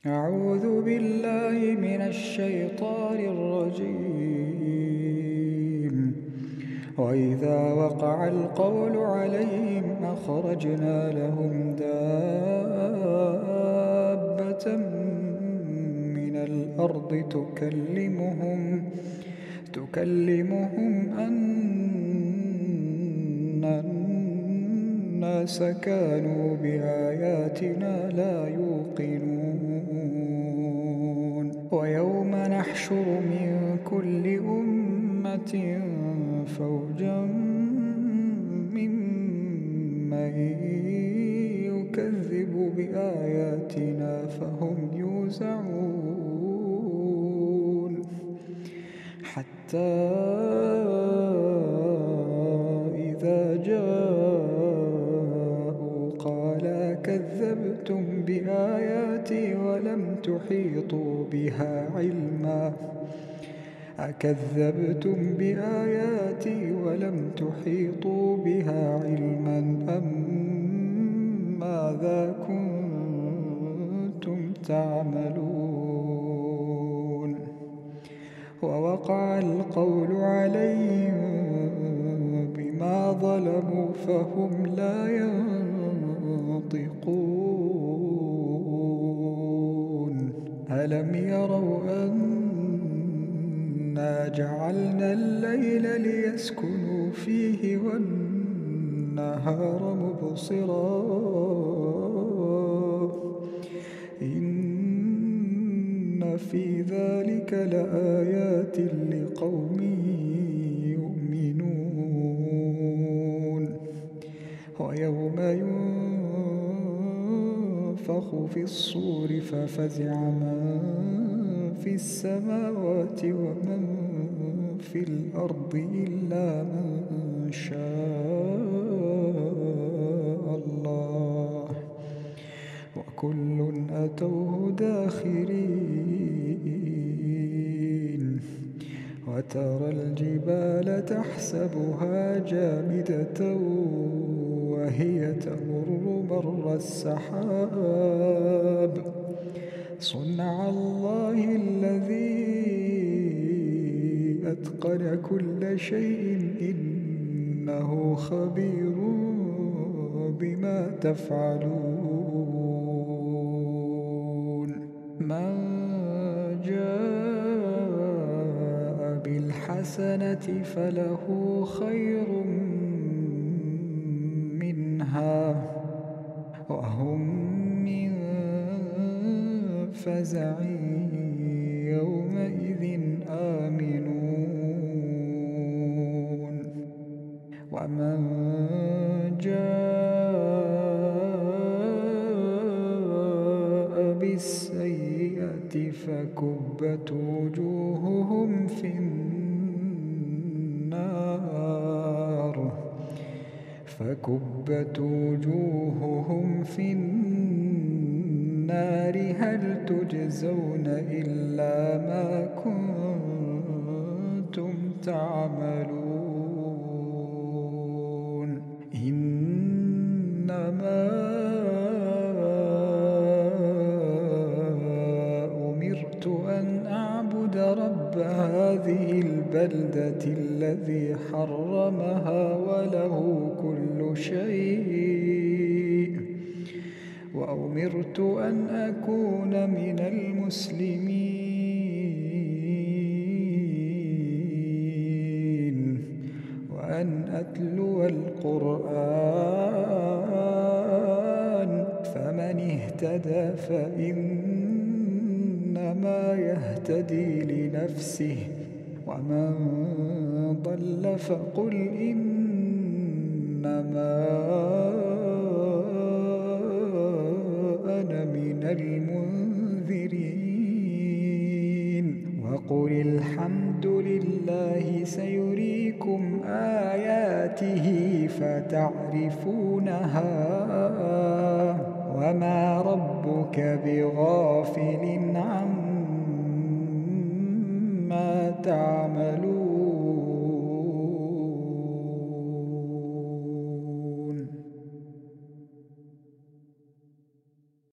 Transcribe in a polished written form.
أعوذ بالله من الشيطان الرجيم. وإذا وقع القول عليهم أخرجنا لهم دابة من الأرض تكلمهم أن الناس كانوا بآياتنا لا يوقنون. ويوم نحشر من كل أمة فوجا ممن يكذب بآياتنا فهم يوزعون حتى إذا جاءوا قال كذبتم بآياتي ولم تحيطوا بها علما أكذبتم بآياتي ولم تحيطوا بها علما أم ماذا كنتم تعملون. ووقع القول عليهم بما ظلموا فهم لا ينطقون. ألم يروا أنا جعلنا الليل ليسكنوا فيه والنهار مبصرا إن في ذلك لآيات لقوم يؤمنون. ويوم ينفخ في الصور ففزع من في السماوات ومن في الأرض إلا من شاء الله وكل أتوه داخرين. وترى الجبال تحسبها جامدة وهي تمر مر السحاب صنع الله الذي أتقن كل شيء إنه خبير بما تفعلون. من جاء بالحسنة فله خير منها وهم من فزع يومئذ آمنون. ومن جاء بالسيئة فكبت وجوههم في النار هل تجزون إلا ما كنتم تعملون. إنما أمرت أن أعبد رب هذه البلدة الذي حرمها وله كل شيء وأمرت أن أكون من المسلمين وأن أتلو القرآن فمن اهتدى فإنما يهتدي لنفسه ومن ضل فقل إنما أنا من المنذرين. وقل الحمد لله سيريكم آياته فتعرفونها وما ربك بغافل عما تعملون.